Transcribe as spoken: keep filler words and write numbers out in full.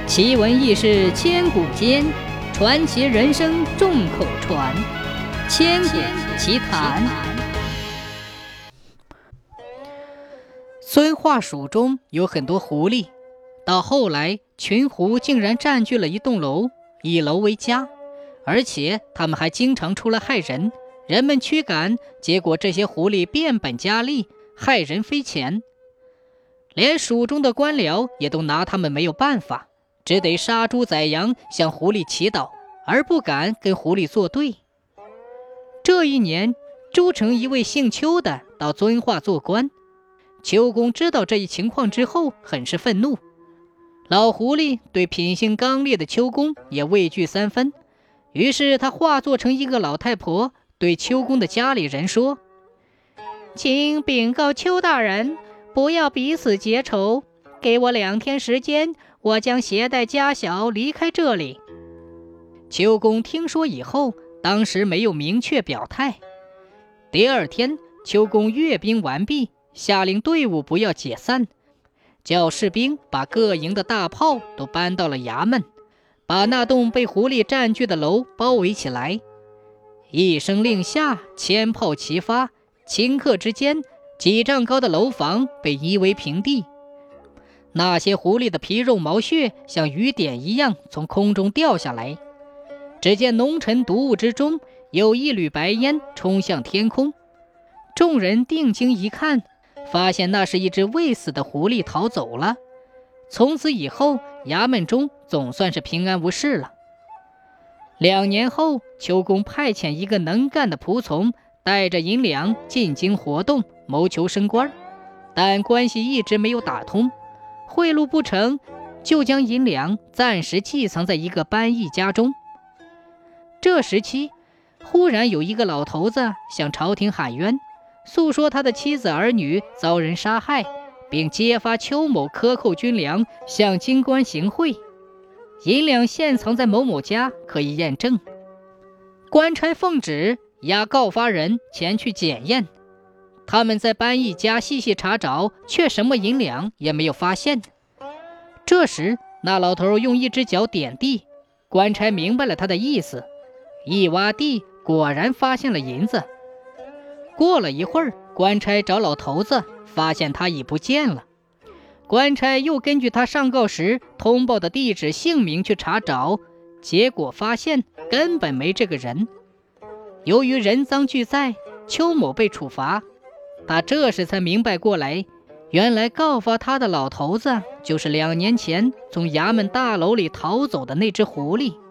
奇闻异事千古间，传奇人生众口传。千古奇谈。遵化署中有很多狐狸，到后来群狐竟然占据了一栋楼，以楼为家，而且他们还经常出来害人，人们驱赶，结果这些狐狸变本加厉，害人非浅。连蜀中的官僚也都拿他们没有办法，只得杀猪宰羊，向狐狸祈祷，而不敢跟狐狸作对。这一年，诸城一位姓邱的到遵化做官，邱公知道这一情况之后，很是愤怒。老狐狸对品性刚烈的邱公也畏惧三分，于是他化作成一个老太婆，对邱公的家里人说：请禀告邱大人，不要彼此结仇，给我两天时间，我将携带家小离开这里。邱公听说以后，当时没有明确表态。第二天，邱公阅兵完毕，下令队伍不要解散，叫士兵把各营的大炮都搬到了衙门，把那栋被狐狸占据的楼包围起来。一声令下，千炮齐发，顷刻之间，几丈高的楼房被夷为平地。那些狐狸的皮肉毛屑像雨点一样从空中掉下来，只见浓尘毒雾之中有一缕白烟冲向天空。众人定睛一看，发现那是一只未死的狐狸逃走了。从此以后，衙门中总算是平安无事了。两年后，邱公派遣一个能干的仆从，带着银两进京活动，谋求升官，但关系一直没有打通，贿赂不成，就将银两暂时寄藏在一个班役家中。这时期，忽然有一个老头子向朝廷喊冤，诉说他的妻子儿女遭人杀害，并揭发邱某克扣军粮，向京官行贿，银两现藏在某某家，可以验证。官差奉旨押告发人前去检验，他们在班役家细细查找，却什么银两也没有发现。这时那老头用一只脚点地，官差明白了他的意思，一挖地，果然发现了银子。过了一会儿，官差找老头子，发现他已不见了。官差又根据他上告时通报的地址姓名去查找，结果发现根本没这个人。由于人赃俱在，邱某被处罚。他这时才明白过来，原来告发他的老头子就是两年前从衙门大楼里逃走的那只狐狸。